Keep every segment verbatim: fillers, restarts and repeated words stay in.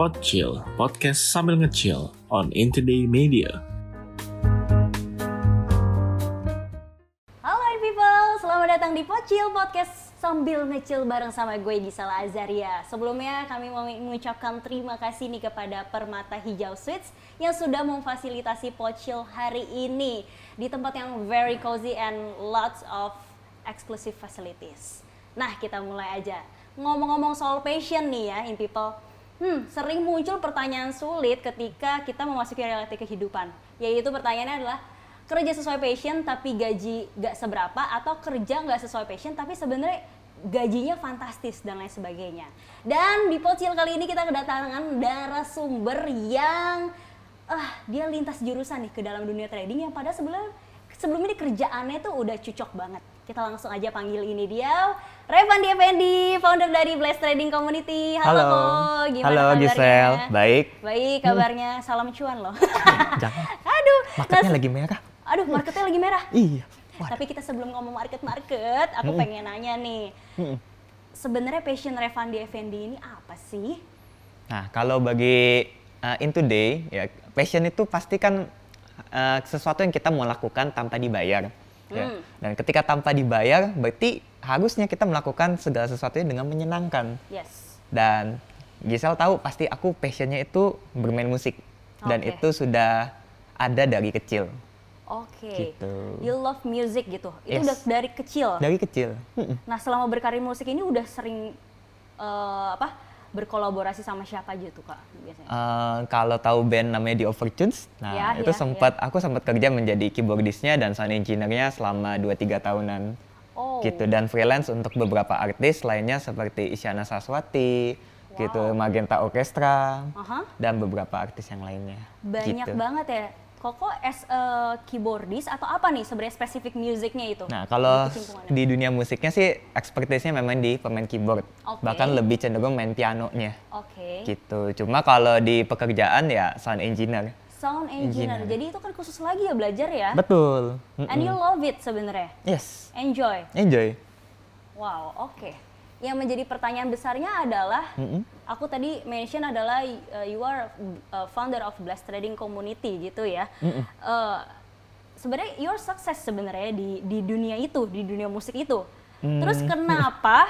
Podchill, podcast sambil nge-chill on Intoday Media. Halo people, selamat datang di Podchill Podcast sambil nge-chill bareng sama gue Gisela Azaria. Sebelumnya kami mau mengucapkan terima kasih nih kepada Permata Hijau Suites yang sudah memfasilitasi Podchill hari ini di tempat yang very cozy and lots of exclusive facilities. Nah, kita mulai aja. Ngomong-ngomong soal passion nih ya, in people. Hmm, sering muncul pertanyaan sulit ketika kita memasuki realiti kehidupan. Yaitu pertanyaannya adalah, kerja sesuai passion tapi gaji gak seberapa, atau kerja gak sesuai passion tapi sebenarnya gajinya fantastis dan lain sebagainya. Dan di Podchill kali ini kita kedatangan narasumber yang ah dia lintas jurusan nih ke dalam dunia trading yang pada sebelum sebelumnya kerjaannya tuh udah cocok banget. Kita langsung aja panggil ini dia, Revandi Effendi, founder dari Blast Trading Community. Halo, Halo. Ko, gimana Halo kabarnya? Gisel, baik. Baik, kabarnya salam cuan loh. Jangan, Aduh, marketnya nas- lagi merah. Aduh, marketnya lagi merah. Iya. Eh, tapi kita sebelum ngomong market-market, aku Mm-mm. pengen nanya nih. Mm-mm. Sebenarnya passion Revandi Effendi ini apa sih? Nah, kalau bagi uh, in today, ya passion itu pasti kan uh, sesuatu yang kita mau lakukan tanpa dibayar. Ya. Hmm. Dan ketika tanpa dibayar, berarti harusnya kita melakukan segala sesuatunya dengan menyenangkan. Yes. Dan Gisel tahu pasti aku passionnya itu bermain musik. Dan Oke. itu sudah ada dari kecil. Oke. Gitu. You love music gitu. Itu Yes. udah dari kecil. Dari kecil. Mm-mm. Nah, selama berkarir musik ini udah sering eh, apa? berkolaborasi sama siapa aja tuh, Kak, biasanya? Uh, kalau tahu band namanya The Overtunes, nah Ya, itu ya, sempat aku sempat kerja menjadi keyboardisnya dan sound engineer-nya selama dua tiga tahunan. Oh. Gitu, dan freelance untuk beberapa artis lainnya seperti Isyana Saraswati, Wow. gitu, Magenta Orchestra, Aha. dan beberapa artis yang lainnya. Banyak gitu. banget ya. Koko as a keyboardist atau apa nih sebenarnya spesifik musiknya itu? Nah, kalau Kecimpungannya. di dunia musiknya sih expertise-nya memang di pemain keyboard. Oke. Bahkan lebih cenderung main pianonya. Oke. Gitu. Cuma kalau di pekerjaan ya sound engineer. Sound engineer. Engineer. Jadi itu kan khusus lagi ya belajar ya? Betul. And you love it sebenarnya. Yes. Enjoy. Enjoy. Wow, oke. Yang menjadi pertanyaan besarnya adalah, Mm-mm. aku tadi mention adalah uh, you are uh, founder of Blast Trading Community gitu ya. Mm-mm. Uh, sebenarnya your success sebenarnya di di dunia itu, di dunia musik itu. Hmm. Terus kenapa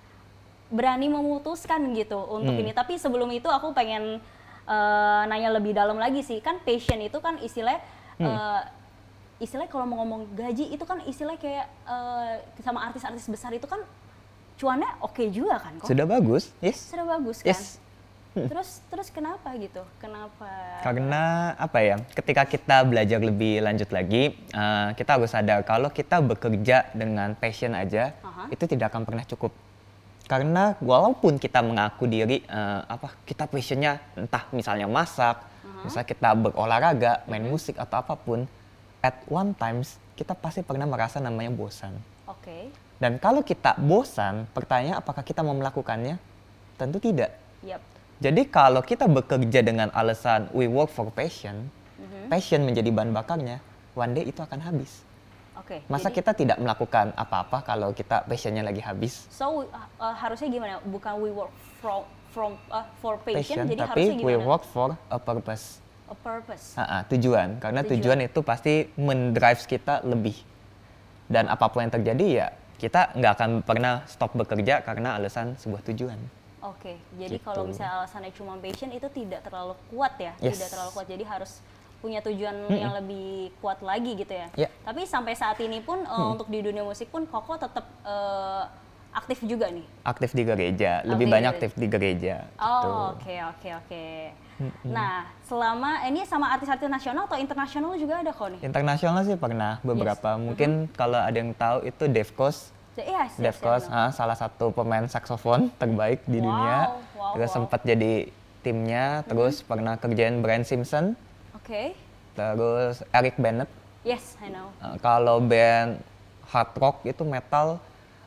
berani memutuskan gitu untuk Hmm. ini? Tapi sebelum itu aku pengen uh, nanya lebih dalam lagi sih. Kan passion itu kan istilahnya Hmm. uh, istilahnya kalau mau ngomong gaji itu kan istilahnya kayak uh, sama artis-artis besar itu kan cuannya oke juga kan kok? Sudah bagus, yes. Sudah bagus kan? Yes. Terus terus kenapa gitu? Kenapa? Karena apa ya? Ketika kita belajar lebih lanjut lagi, uh, kita harus sadar kalau kita bekerja dengan passion aja, Aha. itu tidak akan pernah cukup. Karena walaupun kita mengaku diri uh, apa kita passionnya entah misalnya masak, misalnya kita berolahraga, main musik atau apapun, at one times kita pasti pernah merasa namanya bosan. Oke. Dan kalau kita bosan, pertanyaan apakah kita mau melakukannya? Tentu tidak. Yap. Jadi kalau kita bekerja dengan alasan we work for passion, Mhm. passion menjadi bahan bakarnya, one day itu akan habis. Oke. Masa jadi- kita tidak melakukan apa-apa kalau kita passionnya lagi habis? So uh, uh, harusnya gimana? Bukan we work from from uh, for passion, Passion, jadi tapi harusnya we gimana? work for a purpose. A purpose. Ha-ha, tujuan, karena Tujuan. tujuan. itu pasti mendrive kita lebih. Dan apapun yang terjadi ya kita nggak akan pernah stop bekerja karena alasan sebuah tujuan. Oke. Jadi Gitu. kalau misalnya alasannya cuma passion itu tidak terlalu kuat ya? Yes. Tidak terlalu kuat. Jadi harus punya tujuan Mm-mm. yang lebih kuat lagi gitu ya. Ya. Tapi sampai saat ini pun uh, untuk di dunia musik pun Koko tetap uh, aktif juga nih. Aktif di gereja, lebih Aktif. banyak aktif di gereja. gitu. Oh, oke oke oke. Nah, selama ini sama artis-artis nasional atau internasional juga ada kok nih? Internasional sih pernah beberapa. Yes. Mungkin kalau ada yang tahu itu Dave Koz. Iya, siap, Dave siap, Koz, siap. ah, salah satu pemain saksofon terbaik di Wow, dunia. wow, Terus wow. sempat jadi timnya, terus pernah kerjain Brian Simpson, Oke. terus Eric Bennett. Yes, I know. Ah, kalau band hard rock itu metal,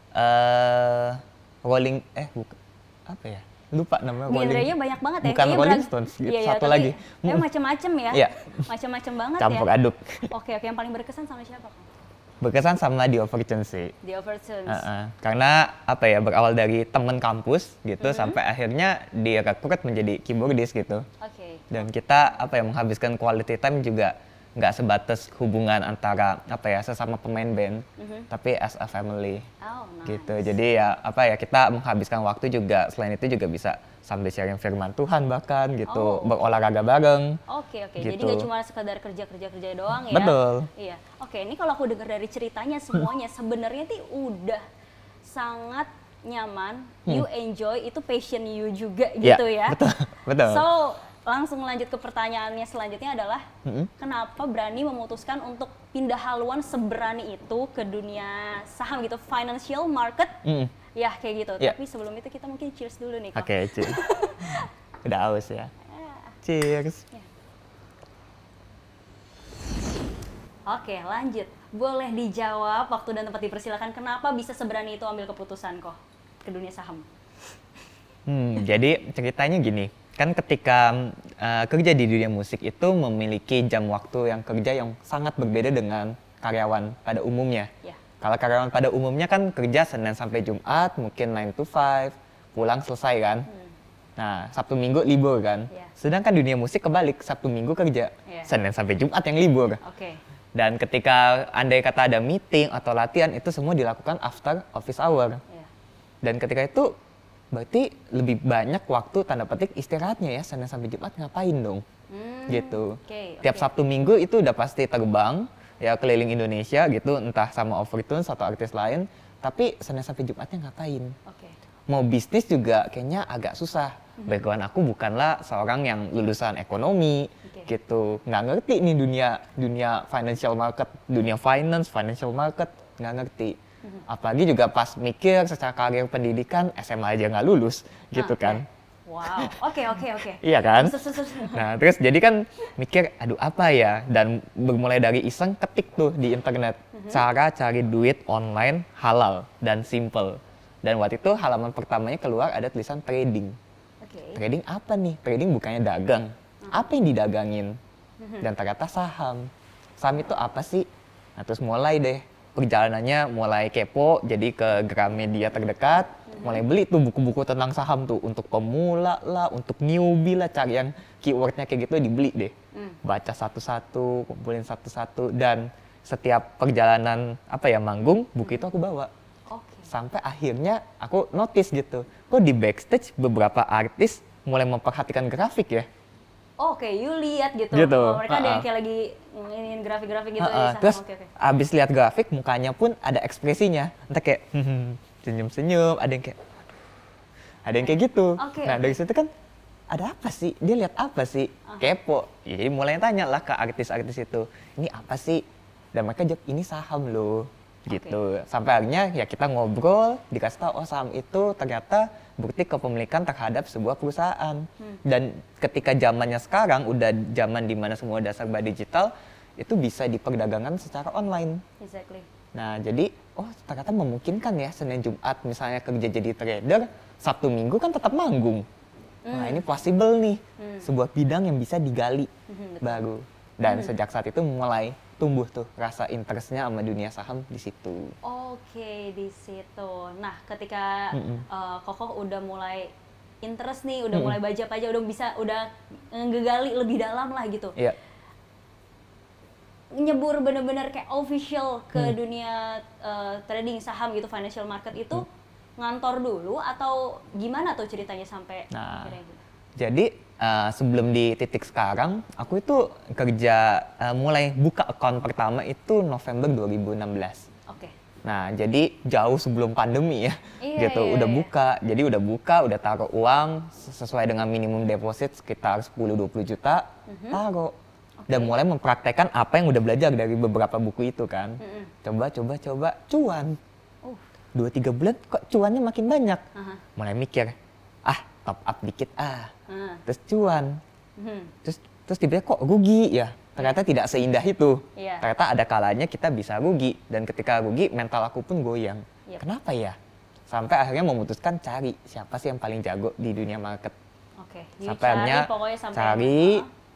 eh Rolling, eh bukan, apa ya? Lupa namanya Rolling. Genrenya banyak banget ya. Bukan Kayaknya Rolling berag- Stones, gitu. Iya, iya, Satu tapi lagi. Kayak Mm. macam-macam ya. Iya. Macam-macam banget Campur ya. aduk. Oke, oke. Yang paling berkesan sama siapa, Kang? Berkesan sama The Overtune sih. The Overtones. Uh-uh. Karena apa ya, berawal dari temen kampus gitu mm-hmm. sampai akhirnya direkrut menjadi keyboardist gitu. Oke. Okay. Dan kita apa ya, menghabiskan quality time juga nggak sebatas hubungan antara apa ya sesama pemain band, mm-hmm. tapi as a family. Oh, nice. Gitu. Jadi ya apa ya, kita menghabiskan waktu juga selain itu juga bisa sambil sharing firman Tuhan bahkan gitu, oh. berolahraga bareng. Oke oke. Gitu. Jadi nggak cuma sekedar kerja kerja kerja doang ya? Betul. Iya. Oke, ini kalau aku dengar dari ceritanya semuanya sebenarnya tuh udah sangat nyaman, hmm. you enjoy, itu passion you juga gitu ya? Betul. Betul. So langsung lanjut ke pertanyaannya selanjutnya adalah mm-hmm. kenapa berani memutuskan untuk pindah haluan seberani itu ke dunia saham gitu, financial market? Mm. Ya kayak gitu, yeah. Tapi sebelum itu kita mungkin cheers dulu nih kok. Oke, okay, cheers. Udah haus ya. Cheers. Yeah. Oke, lanjut. Boleh dijawab waktu dan tempat dipersilakan, kenapa bisa seberani itu ambil keputusan kok ke dunia saham? Hmm, jadi ceritanya gini, kan ketika uh, kerja di dunia musik itu memiliki jam waktu yang kerja yang sangat berbeda dengan karyawan pada umumnya. Yeah. Kalau karyawan pada umumnya kan kerja Senin sampai Jumat, mungkin nine to five, pulang selesai kan. Hmm. Nah, Sabtu Minggu libur kan. Yeah. Sedangkan dunia musik kebalik, Sabtu Minggu kerja, yeah. Senin sampai Jumat yang libur. Okay. Dan ketika andai kata ada meeting atau latihan, itu semua dilakukan after office hour. Yeah. Dan ketika itu berarti lebih banyak waktu tanda petik istirahatnya ya, Senin sampai Jumat ngapain dong? Hmm. Gitu. Okay, Tiap okay. Sabtu Minggu itu udah pasti terbang. Ya keliling Indonesia gitu, entah sama Overtones atau artis lain, tapi Senin sampai Jumatnya ngapain? Okay. Mau bisnis juga kayaknya agak susah. Mm-hmm. Background aku bukanlah seorang yang lulusan ekonomi, okay. gitu, nggak ngerti nih dunia dunia financial market, dunia finance, financial market, nggak ngerti. Mm-hmm. Apalagi juga pas mikir secara karir pendidikan, S M A aja nggak lulus, gitu ah, kan? Okay. Wow, oke oke oke. Iya kan? Nah terus jadi kan mikir, aduh apa ya? Dan bermulai dari iseng ketik tuh di internet, mm-hmm. cara cari duit online halal dan simple. Dan waktu itu halaman pertamanya keluar ada tulisan trading. Okay. Trading apa nih? Trading bukannya dagang. Mm-hmm. Apa yang didagangin? Mm-hmm. Dan ternyata saham. Saham itu apa sih? Nah terus mulai deh perjalanannya, mulai kepo, jadi ke Gramedia terdekat. Mulai beli tuh buku-buku tentang saham tuh, untuk pemula lah, untuk newbie lah, cari yang keywordnya kayak gitu dibeli deh. Hmm. Baca satu-satu, kumpulin satu-satu, dan setiap perjalanan apa ya manggung, buku itu aku bawa. Okay. Sampai akhirnya aku notice gitu, kok di backstage beberapa artis mulai memperhatikan grafik ya. Oke, okay, you lihat gitu. gitu. Oh, mereka uh-uh. ada yang kayak lagi nginin grafik-grafik gitu. Uh-uh. Di Terus okay, okay. abis lihat grafik, mukanya pun ada ekspresinya. Entah kayak senyum-senyum, ada yang kayak ada yang kayak gitu. Okay, nah okay. Dari situ kan ada apa sih? Dia lihat apa sih? Uh. Kepo. Jadi mulai tanya lah ke artis-artis itu, ini apa sih? Dan mereka jawab, ini saham loh. Gitu. Okay. Sampai akhirnya ya kita ngobrol, dikasih tahu oh saham itu ternyata bukti kepemilikan terhadap sebuah perusahaan. Hmm. Dan ketika zamannya sekarang udah zaman dimana semua udah serba digital, itu bisa diperdagangkan secara online. Exactly. Nah jadi oh ternyata memungkinkan ya Senin Jumat misalnya kerja jadi trader, Sabtu Minggu kan tetap manggung. Mm. Nah ini possible nih, mm. sebuah bidang yang bisa digali mm, baru. Dan mm. sejak saat itu mulai tumbuh tuh rasa interestnya sama dunia saham di situ. Oke, di situ. Nah ketika uh, Kokoh udah mulai interest nih, udah Mm-mm. mulai baca aja, udah bisa udah ngegali lebih dalam lah gitu. Iya. Nyebur bener-bener kayak official ke hmm. dunia uh, trading saham gitu, financial market itu hmm. ngantor dulu atau gimana tuh ceritanya sampai nah, akhirnya gitu? Jadi uh, sebelum di titik sekarang, aku itu kerja uh, mulai buka account pertama itu November dua ribu enam belas. Oke. Okay. Nah jadi jauh sebelum pandemi ya, iya, gitu iya, udah iya. buka, jadi udah buka, udah taruh uang sesuai dengan minimum deposit sekitar sepuluh sampai dua puluh juta, mm-hmm. taruh. Okay. Dan mulai mempraktekkan apa yang udah belajar dari beberapa buku itu kan. Mm-hmm. Coba, coba, coba, cuan. Uh. Dua, tiga bulan kok cuannya makin banyak. Uh-huh. Mulai mikir, ah top up dikit ah. Uh. Terus cuan. Mm-hmm. Terus terus tiba-tiba kok rugi ya. Ternyata yeah. tidak seindah itu. Yeah. Ternyata ada kalanya kita bisa rugi. Dan ketika rugi, mental aku pun goyang. Yep. Kenapa ya? Sampai akhirnya memutuskan cari siapa sih yang paling jago di dunia market. Oke. Okay. Sampai akhirnya sampai cari. Uh-huh.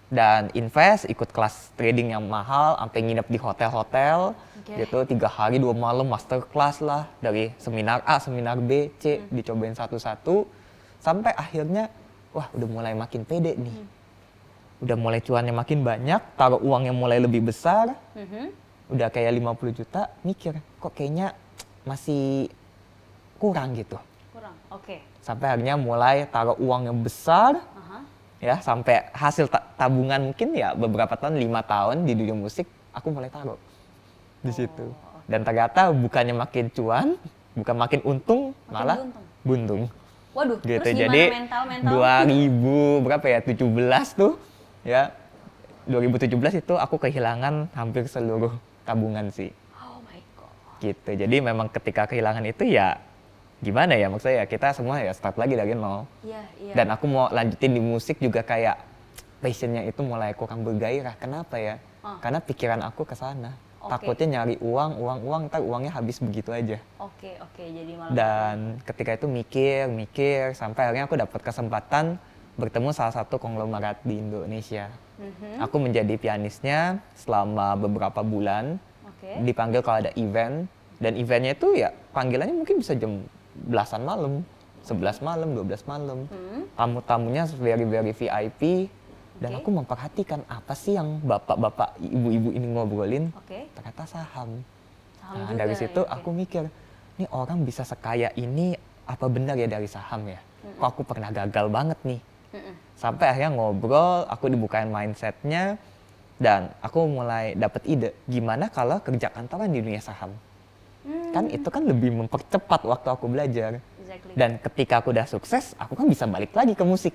dan invest, ikut kelas trading yang mahal, sampai nginep di hotel-hotel, Oke. gitu tiga hari dua malam master class lah dari seminar A, seminar B, C, Hmm. dicobain satu-satu, sampai akhirnya wah udah mulai makin pede nih, Hmm. udah mulai cuannya makin banyak, taruh uangnya mulai lebih besar, Mhm. udah kayak lima puluh juta, mikir kok kayaknya masih kurang gitu, Kurang. Oke. sampai akhirnya mulai taruh uang yang besar. Aha. Ya sampai hasil ta- tabungan mungkin ya beberapa tahun, lima tahun di dunia musik aku mulai taruh di situ, dan ternyata bukannya makin cuan, bukan makin untung, Makin malah diuntung. buntung Waduh, gitu. terus gimana Jadi mental-mental? dua ribu berapa ya, tujuh belas tuh ya, dua ribu tujuh belas itu aku kehilangan hampir seluruh tabungan sih Oh my god. gitu. Jadi memang ketika kehilangan itu ya gimana ya, maksudnya ya kita semua ya start lagi dari nol. Iya, iya. Dan aku mau lanjutin di musik juga kayak passionnya itu mulai kurang bergairah. Kenapa ya? Ah. Karena pikiran aku ke sana. Oke. Takutnya nyari uang, uang, uang, ntar uangnya habis begitu aja. Oke, oke. Jadi malah Dan ketika itu mikir, mikir, sampai akhirnya aku dapat kesempatan bertemu salah satu konglomerat di Indonesia. Mhm. Aku menjadi pianisnya selama beberapa bulan. Oke. Dipanggil kalau ada event. Dan eventnya itu ya panggilannya mungkin bisa jam belasan malam, sebelas malam, dua belas malam. Hmm. Tamu-tamunya very very V I P, dan Oke. aku memperhatikan apa sih yang bapak-bapak, ibu-ibu ini ngobrolin. Oke. Ternyata saham. Saham Nah, juga dari situ ya, oke. aku mikir, nih orang bisa sekaya ini apa benar ya dari saham ya? Kok aku pernah gagal banget nih. Mm-mm. Sampai akhirnya ngobrol, aku dibukain mindsetnya, dan aku mulai dapet ide, gimana kalau kerja kantoran di dunia saham? Hmm. Kan itu kan lebih mempercepat waktu aku belajar. Exactly. Dan ketika aku udah sukses, aku kan bisa balik lagi ke musik.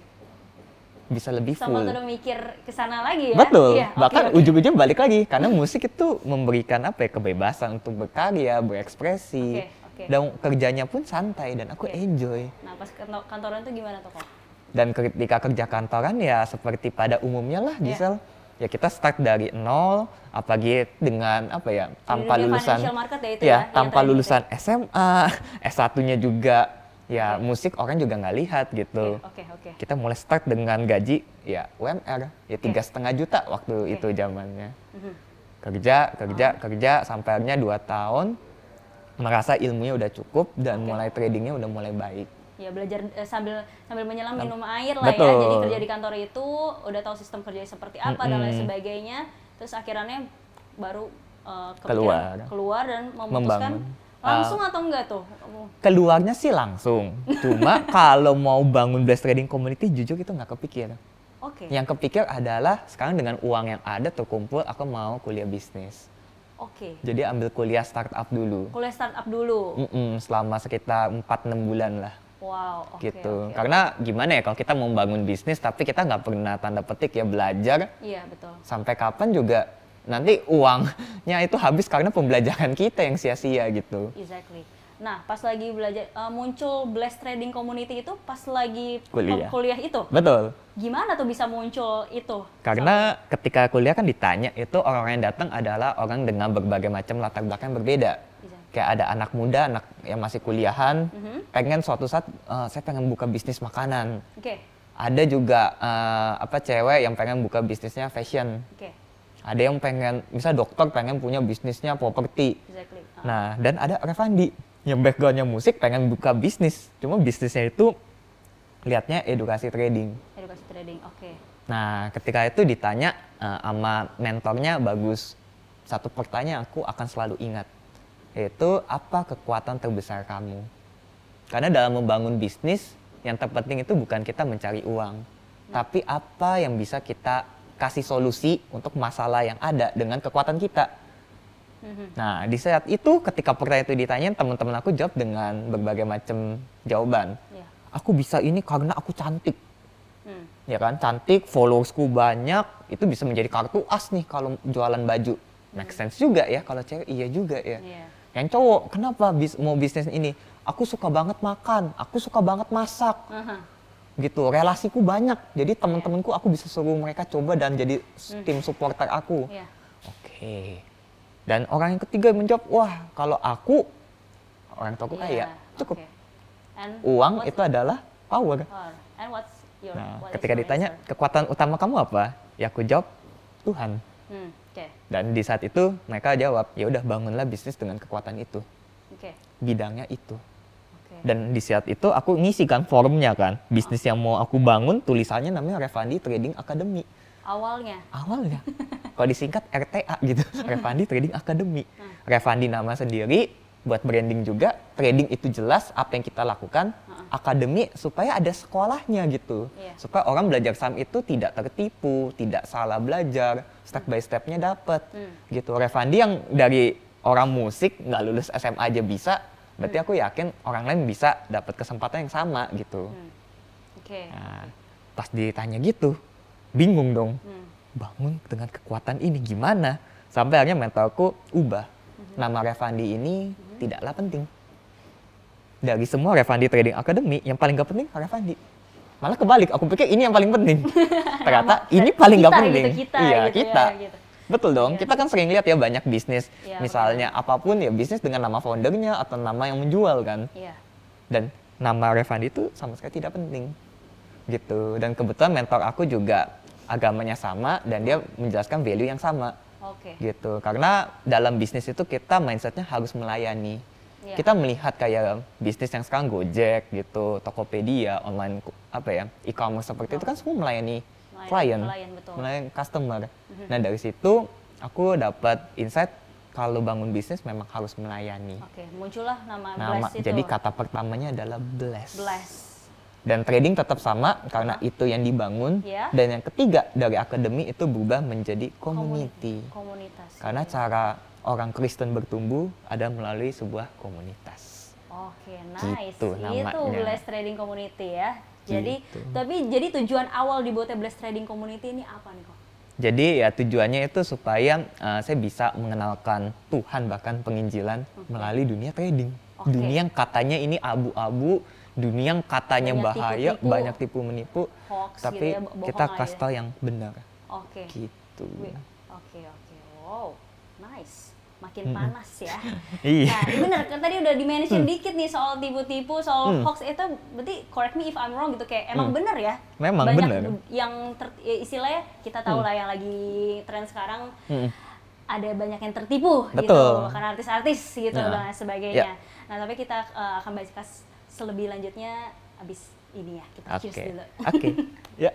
Bisa lebih Sama full. udah mikir ke sana lagi ya. Betul. Iya, oke, Bahkan oke. ujung-ujungnya balik lagi. Karena musik itu memberikan apa ya, kebebasan untuk berkarya, berekspresi. Oke, oke. Dan kerjanya pun santai dan aku Oke. enjoy. Nah, pas kantor- kantoran tuh gimana tuh, Kok? Dan ketika kerja kantoran ya seperti pada umumnya lah, Iya. Gisel. Ya kita start dari nol, apalagi dengan apa ya, tanpa dunia lulusan financial market ya itu ya, ya, yang tanpa tadi lulusan S M A, S satunya juga ya Oke. musik orang juga nggak lihat gitu. Oke, oke. Kita mulai start dengan gaji ya U M R ya tiga setengah juta waktu itu zamannya. Mhm. Kerja, kerja, kerja sampai akhirnya dua tahun merasa ilmunya udah cukup dan Oke. mulai tradingnya udah mulai baik. Ya belajar eh, sambil sambil menyelam Sam- minum air lah ya. Betul. Jadi kerja di kantor itu udah tahu sistem kerjanya seperti apa dan lain Mm-mm. sebagainya. Terus akhirnya baru eh, kepikiran Keluar. keluar dan memutuskan Membangun. langsung atau enggak tuh? Kamu? Keluarnya sih langsung, cuma kalau mau bangun Blast Trading Community jujur itu nggak kepikir. Oke. Yang kepikir adalah sekarang dengan uang yang ada terkumpul, aku mau kuliah bisnis. Oke. Jadi ambil kuliah startup dulu. Kuliah startup dulu. Mm-mm, selama sekitar empat enam bulan lah. Wow, oke. Gitu. oke. Karena gimana ya kalau kita mau bangun bisnis tapi kita nggak pernah tanda petik ya belajar, Iya, betul. sampai kapan juga nanti uangnya itu habis karena pembelajaran kita yang sia-sia gitu. Exactly. Nah, pas lagi belajar eh, muncul Blast Trading Community itu pas lagi Kuliah. kuliah itu. Betul. Gimana tuh bisa muncul itu? Karena ketika kuliah kan ditanya, itu orang yang datang adalah orang dengan berbagai macam latar belakang yang berbeda. Exactly. Kayak ada anak muda, anak yang masih kuliahan, Mhm. pengen suatu saat, "Eh, saya pengen buka bisnis makanan." Oke. Ada juga eh, apa cewek yang pengen buka bisnisnya fashion. Oke. Ada yang pengen, misal dokter pengen punya bisnisnya properti. Exactly. Ah. Nah, dan ada Revandi yang backgroundnya musik pengen buka bisnis. Cuma bisnisnya itu lihatnya edukasi trading. Edukasi trading. Oke. Nah, ketika itu ditanya eh, sama mentornya bagus. Satu pertanyaan aku akan selalu ingat, yaitu apa kekuatan terbesar kamu? Karena dalam membangun bisnis, yang terpenting itu bukan kita mencari uang, tapi apa yang bisa kita kasih solusi untuk masalah yang ada dengan kekuatan kita. Mhm. Nah, di saat itu ketika pertanyaan itu ditanyain, teman-teman aku jawab dengan berbagai macam jawaban. Iya. Aku bisa ini karena aku cantik. Hmm. Ya kan, cantik, followersku banyak, itu bisa menjadi kartu as nih kalau jualan baju. Make sense juga ya, kalau cewek iya juga ya. Iya. Yang cowok, kenapa bis, mau bisnis ini? Aku suka banget makan, aku suka banget masak, Aha. gitu. Relasiku banyak, jadi teman-temanku aku bisa suruh mereka coba dan jadi s- Hmm. tim supporter aku. Iya. Oke. Dan orang yang ketiga menjawab, wah kalau aku, orang tuaku Iya, kaya, cukup. oke. And Uang what's- itu adalah power. oh, and what's Your, Nah, what is ketika your ditanya answer? kekuatan utama kamu apa? Ya aku jawab Tuhan. Hmm, oke, Dan di saat itu mereka jawab, ya udah bangunlah bisnis dengan kekuatan itu. oke, Bidangnya itu. oke. Dan di saat itu aku ngisi kan forumnya kan. Bisnis yang mau aku bangun tulisannya namanya Revandi Trading Academy. Awalnya, Awalnya. Kalau disingkat R T A gitu. Revandi Trading Academy. Revandi nama sendiri, buat branding juga. Trading itu jelas apa yang kita lakukan. Akademi supaya ada sekolahnya gitu. Iya. Supaya orang belajar saham itu tidak tertipu, tidak salah belajar. Step by stepnya dapat. Gitu. Revandi yang dari orang musik, nggak lulus S M A aja bisa. Berarti aku yakin orang lain bisa dapat kesempatan yang sama gitu. oke. Nah, pas ditanya gitu, bingung dong. Hmm. Bangun dengan kekuatan ini gimana? Sampai akhirnya mentalku ubah. Nama Revandi ini tidaklah penting. Dari semua Revandi Trading Academy, yang paling gak penting Revandi. Malah kebalik, aku pikir ini yang paling penting. Ternyata ini paling gak Kita penting. gitu, kita iya, gitu kita. ya, gitu. Betul dong, Iya. kita kan sering lihat ya banyak bisnis. Iya, Misalnya apapun ya bisnis dengan nama foundernya atau nama yang menjual kan. Iya. Dan nama Revandi itu sama sekali tidak penting. Gitu. Dan kebetulan mentor aku juga agamanya sama dan dia menjelaskan value yang sama. Oke. Gitu. Karena dalam bisnis itu kita mindsetnya harus melayani. Iya. Kita melihat kayak bisnis yang sekarang Gojek gitu, Tokopedia, online ku- apa ya, e-commerce seperti itu kan semua melayani Melayani klien, klien, betul. melayani customer. Nah dari situ aku dapat insight kalau bangun bisnis memang harus melayani. Oke, muncullah nama, Nama, Bless itu. jadi kata pertamanya adalah bless. Bless. Dan trading tetap sama karena itu yang dibangun. Iya. Dan yang ketiga dari akademi itu berubah menjadi community. Komunitas. Karena cara orang Kristen bertumbuh ada melalui sebuah komunitas. Oke, nice. Gitu Itu namanya. Bless Trading Community ya. Jadi, Gitu. tapi jadi tujuan awal dibuatnya Bless Trading Community ini apa nih kok? Jadi ya tujuannya itu supaya uh, saya bisa mengenalkan Tuhan bahkan penginjilan melalui dunia trading. Oke. Dunia yang katanya ini abu-abu, dunia yang katanya Banyak bahaya, tipu-tipu. banyak tipu menipu, Hoax tapi gitu ya, bo- kita bohong lah kasih ya. tahu yang benar. Oke. Gitu. Wih, Oke, oke. Wow, nice. Makin panas ya. Iya. Nah, bener kan tadi udah di-mention dikit nih soal tipu-tipu, soal Hmm. hoax itu berarti correct me if I'm wrong gitu kayak emang Hmm. bener ya. Memang Banyak bener. yang ter- ya istilahnya kita tahu lah yang lagi tren sekarang Hmm. ada banyak yang tertipu gitu Betul. karena artis-artis gitu Ya. dan lain sebagainya. Ya. Nah, tapi kita uh, akan bahas selebih lanjutnya abis ini ya. Kita cheers Oke. dulu. Oke. Ya.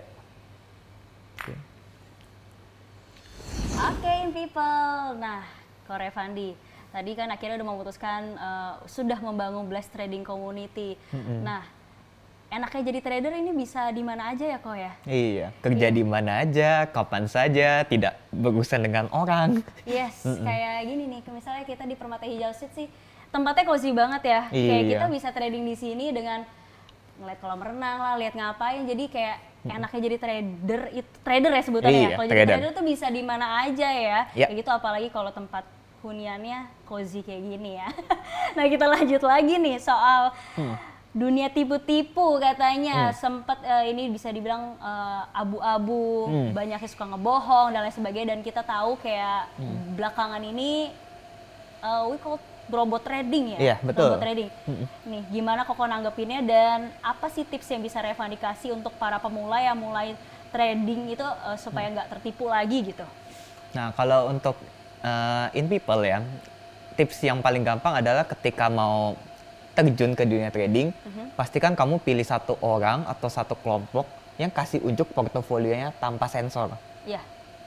Oke, people. Nah, Ko Revandi, tadi kan akhirnya udah memutuskan uh, sudah membangun Blast Trading Community. Nah, enaknya jadi trader ini bisa di mana aja ya, Ko ya? Iya, kerja di mana aja, kapan saja, tidak berurusan dengan orang. Yes, kayak gini nih, misalnya kita di Permata Hijau Street sih, tempatnya cozy banget ya. Kayak Iya. kita bisa trading di sini dengan ngeliat kolam renang lah, lihat ngapain. Jadi kayak enaknya jadi trader, itu trader ya sebutannya ya. Iya, Kalau jadi trader. trader tuh bisa di mana aja ya. Iya. Kayak gitu apalagi kalau tempat huniannya cozy kayak gini ya. Nah, kita lanjut lagi nih soal dunia tipu-tipu katanya sempat eh, ini bisa dibilang eh, abu-abu, banyak yang suka ngebohong dan lain sebagainya dan kita tahu kayak belakangan ini eh, we call robot trading ya. Iya, betul. Robot trading. Nih, gimana Koko nanggepinnya dan apa sih tips yang bisa Revandi kasih untuk para pemula yang mulai trading itu eh, supaya nggak tertipu lagi gitu? Nah, kalau untuk uh, in people ya, tips yang paling gampang adalah ketika mau terjun ke dunia trading, pastikan kamu pilih satu orang atau satu kelompok yang kasih unjuk portofolionya tanpa sensor. Iya.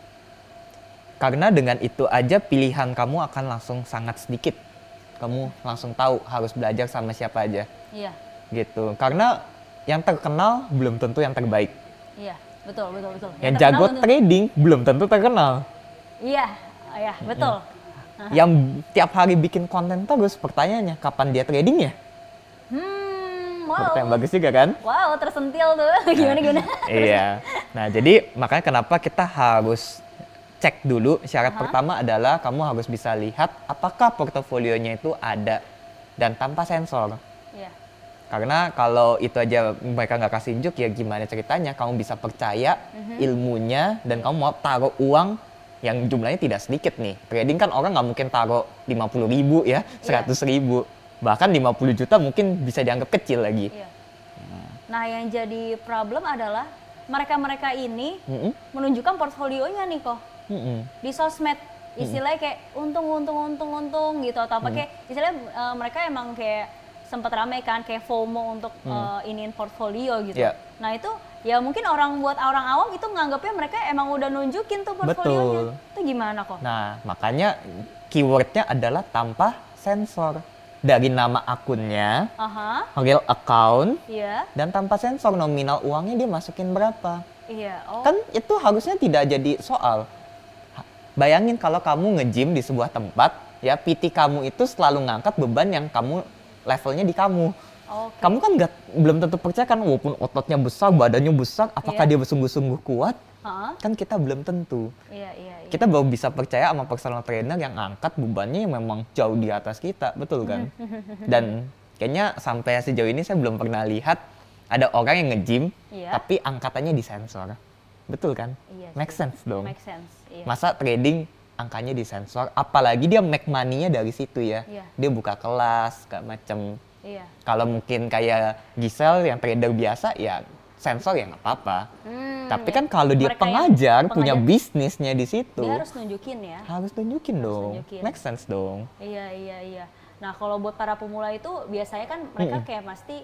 Karena dengan itu aja pilihan kamu akan langsung sangat sedikit. Kamu langsung tahu harus belajar sama siapa aja. Iya. Gitu. Karena yang terkenal belum tentu yang terbaik. Iya, betul, betul, betul. Yang terkenal jago tentu- trading belum tentu terkenal. Iya, iya, betul. Yang tiap hari bikin konten terus, pertanyaannya kapan dia trading ya? Hmm, wow. Pertanyaan bagus juga kan? Wow, tersentil tuh. Gimana gimana? Iya. Nah, jadi makanya kenapa kita harus cek dulu. Syarat pertama adalah kamu harus bisa lihat apakah portofolionya itu ada dan tanpa sensor. Iya. Karena kalau itu aja mereka nggak kasih unjuk, ya gimana ceritanya kamu bisa percaya ilmunya dan kamu mau taruh uang yang jumlahnya tidak sedikit nih. Trading kan orang nggak mungkin taruh lima puluh ribu ya, seratus ribu. Bahkan lima puluh juta mungkin bisa dianggap kecil lagi. Iya. Nah, yang jadi problem adalah mereka-mereka ini Mm-mm. menunjukkan portfolionya nih kok Mm-mm. di sosmed. Istilahnya kayak untung, untung, untung, untung gitu atau apa kayak istilahnya uh, mereka emang kayak sempat ramai kan kayak FOMO untuk uh, iniin portfolio gitu. Yeah. Nah itu ya mungkin orang buat orang awam itu nganggapnya mereka emang udah nunjukin tuh portfolionya. Betul. Itu gimana kok? Nah, makanya keywordnya adalah tanpa sensor. Dari nama akunnya, Aha, real account, iya, dan tanpa sensor nominal uangnya dia masukin berapa. iya, oh, Kan itu harusnya tidak jadi soal. Ha- Bayangin kalau kamu nge-gym di sebuah tempat, ya P T kamu itu selalu ngangkat beban yang kamu levelnya di kamu. oke. Kamu kan nggak belum tentu percaya kan, walaupun ototnya besar, badannya besar, apakah Iya. dia bersungguh-sungguh kuat? Hah? Kan kita belum tentu. Iya, iya, iya. Kita baru bisa percaya sama personal trainer yang angkat bebannya yang memang jauh di atas kita, betul kan? Dan kayaknya sampai sejauh ini saya belum pernah lihat ada orang yang nge-gym Iya. tapi angkatannya disensor. Betul kan? Iya Make sih. sense dong. Make sense, iya. Masa trading angkanya disensor, apalagi dia make money-nya dari situ ya. Iya. Dia buka kelas, kayak macam. Iya. Kalau mungkin kayak Giselle yang trader biasa ya sensor ya nggak apa-apa. Hmm, Tapi ya. kan kalau dia Mereka yang pengajar, punya pengajar, bisnisnya di situ, dia harus nunjukin ya. harus tunjukin dong. tunjukin. Make sense dong. Iya, iya, iya. Nah, kalau buat para pemula itu biasanya kan mereka kayak pasti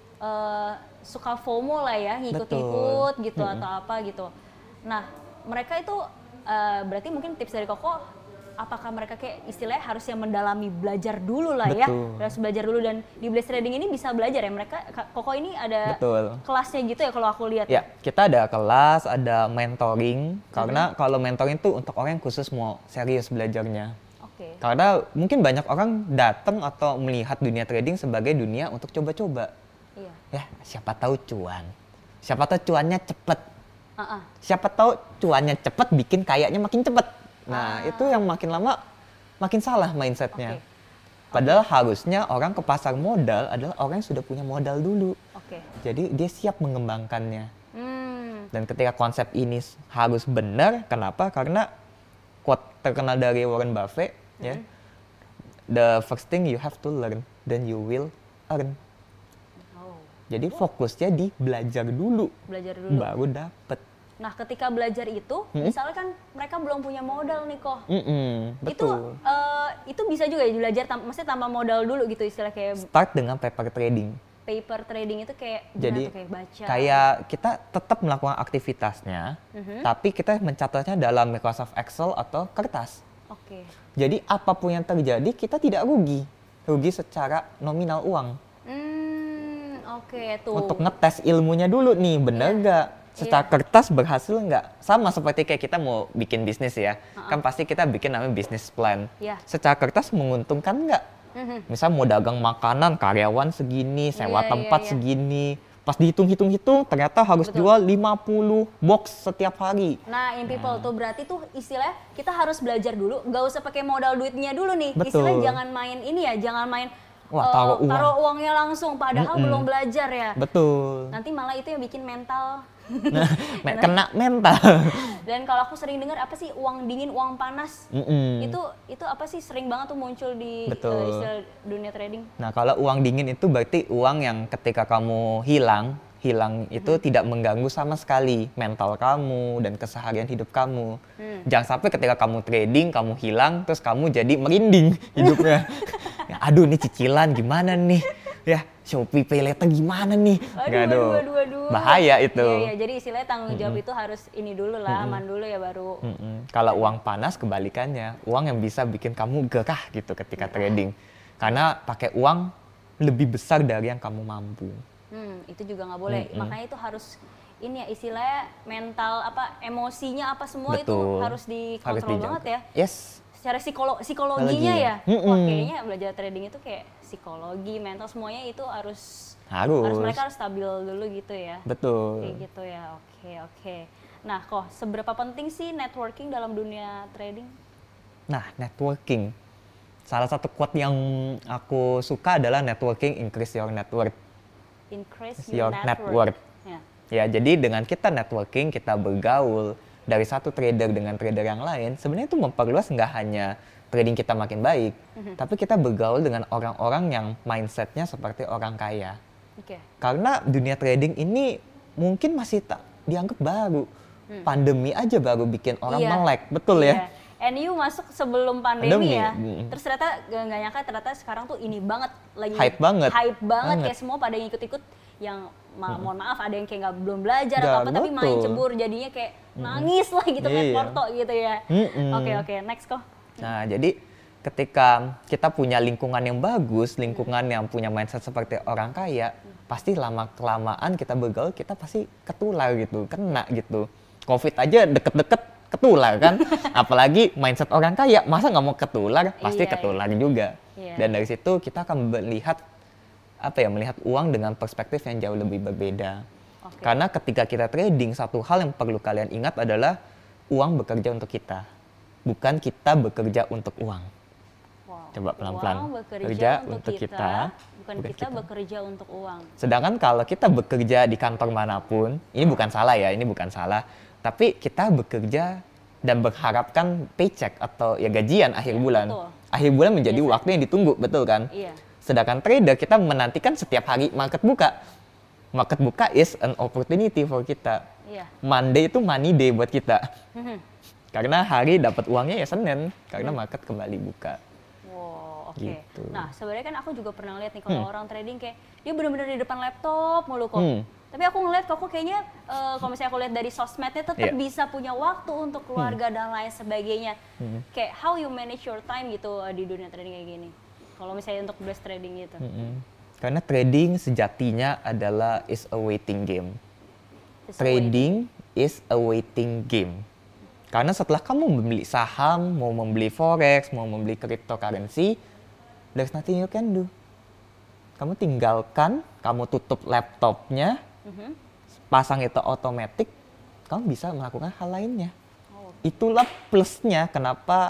eh, suka FOMO lah ya, ngikut-ngikut gitu atau apa gitu. Nah, mereka itu eh, berarti mungkin tips dari Koko, apakah mereka kayak istilahnya harus yang mendalami belajar dulu lah ya, Betul. harus belajar dulu dan di Blaze Trading ini bisa belajar ya mereka. Ka- Koko ini ada Betul. kelasnya gitu ya kalau aku lihat. Ya, kita ada kelas, ada mentoring. Karena kalau mentoring itu untuk orang yang khusus mau serius belajarnya. Oke. Karena mungkin banyak orang datang atau melihat dunia trading sebagai dunia untuk coba-coba. Iya. Ya, siapa tahu cuan. Siapa tahu cuannya cepet. Ah, ah. Siapa tahu cuannya cepet bikin kayaknya makin cepet. Nah, Ah. itu yang makin lama makin salah mindsetnya. Oke. Padahal harusnya orang ke pasar modal adalah orang yang sudah punya modal dulu. Oke. Jadi dia siap mengembangkannya. Hmm. Dan ketika konsep ini s- harus benar, kenapa? Karena quote terkenal dari Warren Buffett, ya, the first thing you have to learn, then you will earn. Oh, Jadi fokusnya di belajar dulu, belajar dulu. baru dapet. Nah, ketika belajar itu, misalnya kan mereka belum punya modal nih kok. Mm-mm, Itu betul. eh, itu bisa juga ya belajar, tam- maksudnya tanpa modal dulu gitu istilah kayak Start dengan paper trading. paper trading itu kayak gimana Jadi tuh, kayak baca. kayak kita tetap melakukan aktivitasnya, tapi kita mencatatnya dalam Microsoft Excel atau kertas. Oke. Jadi apapun yang terjadi kita tidak rugi, rugi secara nominal uang. Hmm, oke tuh. Untuk ngetes ilmunya dulu nih, bener nggak? Secara kertas berhasil nggak? Sama seperti kayak kita mau bikin bisnis ya, kan pasti kita bikin namanya business plan. Iya. Secara kertas menguntungkan nggak? Misal mau dagang makanan, karyawan segini, sewa Iya, tempat iya, iya. segini. Pas dihitung-hitung-hitung, ternyata harus Betul. jual lima puluh box setiap hari. Nah, in people tuh berarti tuh istilah kita harus belajar dulu, nggak usah pakai modal duitnya dulu nih. Betul. Istilah jangan main ini ya, jangan main Wah, eh, taruh uang. taruh uangnya langsung padahal belum belajar ya. Betul. Nanti malah itu yang bikin mental. Nah, me- kena mental. Dan kalau aku sering dengar apa sih uang dingin, uang panas. Mm-mm. Itu itu apa sih sering banget tuh muncul di Betul. eh, istilah dunia trading. Nah, kalau uang dingin itu berarti uang yang ketika kamu hilang, hilang itu tidak mengganggu sama sekali mental kamu dan keseharian hidup kamu. Jangan sampai ketika kamu trading, kamu hilang, terus kamu jadi merinding hidupnya. Ya, aduh, ini cicilan gimana nih? Ya, Shopee Pay Later gimana nih? Aduh, Nggak, aduh, aduh, aduh. Bahaya itu. Iya, iya. Jadi istilahnya tanggung jawab itu harus ini dulu lah, aman dulu ya baru. Mm-mm. Kalau uang panas kebalikannya, uang yang bisa bikin kamu gerah gitu ketika trading. Karena pakai uang lebih besar dari yang kamu mampu. Hmm, itu juga nggak boleh. Makanya itu harus ini ya istilahnya mental apa emosinya apa semua itu Betul. harus Harus dikontrol dijaga. banget ya. Yes. Secara psikolo psikologinya Psikologi. ya. Mm-mm. Wah, kayaknya belajar trading itu kayak psikologi, mental semuanya itu harus Harus. harus mereka harus stabil dulu gitu ya. Betul. Kayak gitu ya. Oke, oke. Nah, kok seberapa penting sih networking dalam dunia trading? Nah, networking. Salah satu quote yang aku suka adalah networking increase your net worth. Increase Your your, net network. worth. Ya. Ya, jadi dengan kita networking, kita bergaul dari satu trader dengan trader yang lain, sebenarnya itu memperluas nggak hanya trading kita makin baik, tapi kita bergaul dengan orang-orang yang mindsetnya seperti orang kaya. Oke. Karena dunia trading ini mungkin masih tak dianggap baru. Hmm. Pandemi aja baru bikin orang iya. melek, betul iya. ya? And you masuk sebelum pandemi, pandemi. ya. Hmm. Terus ternyata gak, gak nyangka ternyata sekarang tuh ini banget lagi hype banget. Hype banget, banget. Kayak semua pada ikut-ikut yang ma- hmm. mohon maaf ada yang kayak nggak belum belajar Gak, atau apa tapi betul. main cebur jadinya kayak hmm. nangis lah gitu kayak iya. Porto gitu ya. Oke hmm. oke, okay, okay. Next kok. Nah jadi ketika kita punya lingkungan yang bagus, lingkungan yang punya mindset seperti orang kaya, hmm. pasti lama kelamaan kita bergaul kita pasti ketular gitu, kena gitu. Covid aja deket-deket ketular kan, apalagi mindset orang kaya, masa nggak mau ketular, pasti iya, ketular iya. juga. Iya. Dan dari situ kita akan melihat apa ya, melihat uang dengan perspektif yang jauh lebih berbeda. Okay. Karena ketika kita trading, satu hal yang perlu kalian ingat adalah uang bekerja untuk kita, bukan kita bekerja untuk uang. Wow. Coba pelan-pelan. Uang bekerja bekerja untuk, untuk kita, kita, bukan kita, kita bekerja untuk uang. Sedangkan kalau kita bekerja di kantor manapun, ini bukan salah ya, ini bukan salah. Tapi kita bekerja dan berharapkan paycheck atau ya gajian akhir ya, bulan. Betul. Akhir bulan menjadi Biasa. waktu yang ditunggu, betul kan? Iya. Sedangkan trader kita menantikan setiap hari market buka. Market buka is an opportunity for kita. Iya. Monday itu money day buat kita. Mhm. Karena hari dapat uangnya ya Senin, karena market kembali buka. Wow, oke. Okay. Gitu. Nah, sebenarnya kan aku juga pernah lihat nih kalau Hmm. orang trading kayak dia benar-benar di depan laptop mulu kok. Hmm. Tapi aku ngeliat kok kok kayaknya uh, kalau misalnya aku lihat dari sosmednya tetap Yeah. bisa punya waktu untuk keluarga hmm. dan lain sebagainya. Hmm. Kayak how you manage your time gitu uh, di dunia trading kayak gini. Kalau misalnya untuk blast trading gitu. Hmm. Karena trading sejatinya adalah is a waiting game. It's Trading is a waiting game. Karena setelah kamu membeli saham, mau membeli forex, mau membeli cryptocurrency, there's nothing you can do. Kamu tinggalkan, kamu tutup laptopnya, mm-hmm. pasang itu otomatis, kamu bisa melakukan hal lainnya. Oh. Itulah plusnya kenapa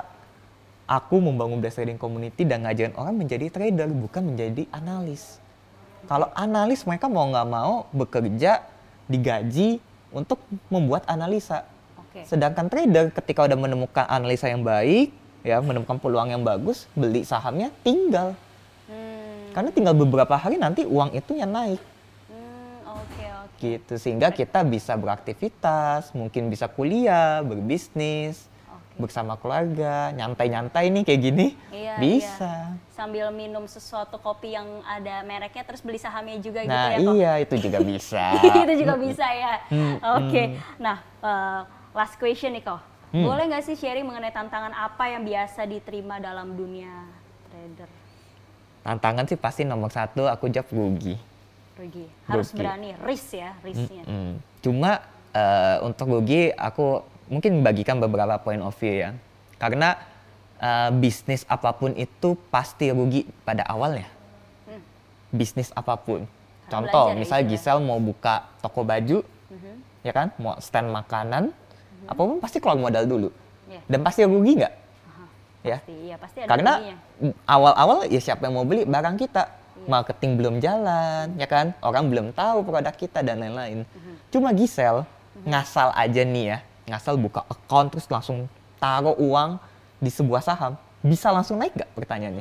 aku membangun Blast Trading Community dan ngajarin orang menjadi trader, bukan menjadi analis. Kalau analis mereka mau nggak mau bekerja, digaji untuk membuat analisa. Okay. Sedangkan trader ketika udah menemukan analisa yang baik, ya menemukan peluang yang bagus, beli sahamnya tinggal. Hmm. Karena tinggal beberapa hari nanti uang itu yang naik. Hmm, okay, okay. Gitu, sehingga kita bisa beraktivitas, mungkin bisa kuliah, berbisnis, okay. bersama keluarga, nyantai-nyantai nih kayak gini, iya, bisa. Iya. Sambil minum sesuatu kopi yang ada mereknya, terus beli sahamnya juga nah, gitu ya kok? Nah iya, itu juga bisa. Itu juga bisa ya? Hmm, Oke, okay. hmm. Nah uh, last question nih kok. Hmm. Boleh nggak sih sharing mengenai tantangan apa yang biasa diterima dalam dunia trader? Tantangan sih pasti nomor satu aku jawab rugi. Rugi, harus rugi. berani, risk ya, risknya. Mm-hmm. Cuma uh, untuk rugi aku mungkin bagikan beberapa point of view ya. Karena uh, bisnis apapun itu pasti rugi pada awalnya. Hmm. Bisnis apapun. Harus Contoh, misalnya ya, Giselle mau buka toko baju, mm-hmm. ya kan, mau stand makanan, mm-hmm. apapun pasti keluar modal dulu. Yeah. Dan pasti rugi nggak? Ya. Pasti, ya, pasti ada karena ruginya. Awal-awal ya siapa yang mau beli barang kita, iya. Marketing belum jalan, ya kan, orang belum tahu produk kita dan lain-lain. Uh-huh. Cuma Giselle uh-huh. ngasal aja nih ya, ngasal buka account terus langsung taruh uang di sebuah saham, bisa langsung naik nggak pertanyaannya?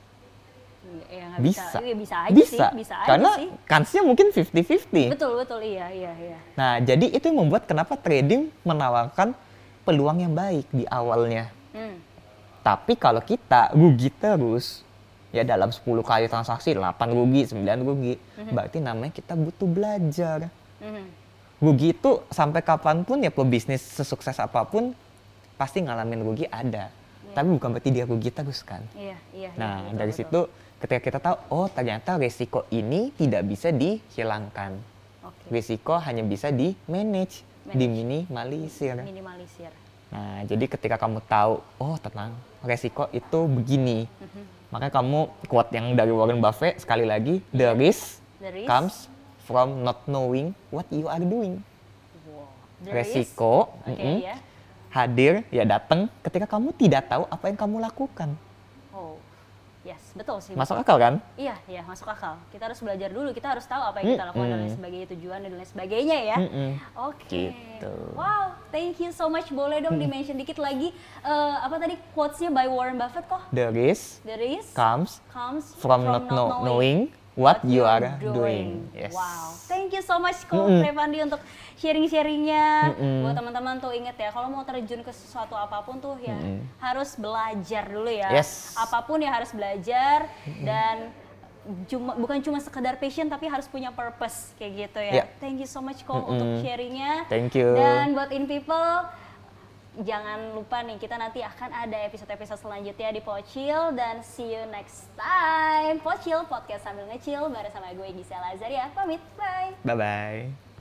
Ya, bisa, bisa, bisa aja bisa. sih, bisa aja karena sih. kansnya mungkin fifty fifty. Betul betul, iya iya iya. Nah jadi itu yang membuat kenapa trading menawarkan peluang yang baik di awalnya. Hmm. Tapi kalau kita rugi terus, ya dalam sepuluh kali transaksi, delapan rugi, sembilan rugi, mm-hmm. berarti namanya kita butuh belajar. Mm-hmm. Rugi itu sampai kapanpun ya pebisnis sesukses apapun, pasti ngalamin rugi ada. Yeah. Tapi bukan berarti dia rugi terus kan. Yeah, yeah, nah yeah, betul, dari betul. situ ketika kita tahu, oh ternyata resiko ini tidak bisa dihilangkan. Okay. Risiko hanya bisa di-manage, Manage. diminimalisir. Minimalisir. Nah, jadi ketika kamu tahu, oh tenang, resiko itu begini. Mm-hmm. Makanya kamu quote yang dari Warren Buffett, sekali lagi, yeah. the, risk the risk comes from not knowing what you are doing. Wow. Resiko okay, mm-hmm, yeah. hadir, ya datang ketika kamu tidak tahu apa yang kamu lakukan. Oh, yes, betul sih. Masuk akal kan? Iya, iya, masuk akal. Kita harus belajar dulu, kita harus tahu apa yang kita lakukan mm-hmm. dan lain sebagainya, tujuan dan lain sebagainya ya. Mm-hmm. Oke. Okay. Gitu. Wow, thank you so much. Boleh dong mm-hmm. di-mention dikit lagi uh, apa tadi quotes-nya by Warren Buffett kok? The risk, The risk comes, comes from, from not, not know, knowing, knowing what you you're are doing. Yes. Wow, thank you so much Ko Mm-mm. Revandi untuk sharing-sharingnya. Mm-mm. Buat teman-teman tuh inget ya, kalau mau terjun ke sesuatu apapun tuh ya Mm-mm. harus belajar dulu ya. Yes. Apapun ya harus belajar dan cuma bukan cuma sekedar passion tapi harus punya purpose kayak gitu ya. Yeah. Thank you so much Ko Mm-mm. untuk sharingnya. Thank you. Dan buat In People, jangan lupa nih, kita nanti akan ada episode-episode selanjutnya di Pocil dan see you next time. Pocil, podcast sambil ngecil bareng sama gue Gisela Azaria. Pamit, bye. Bye-bye.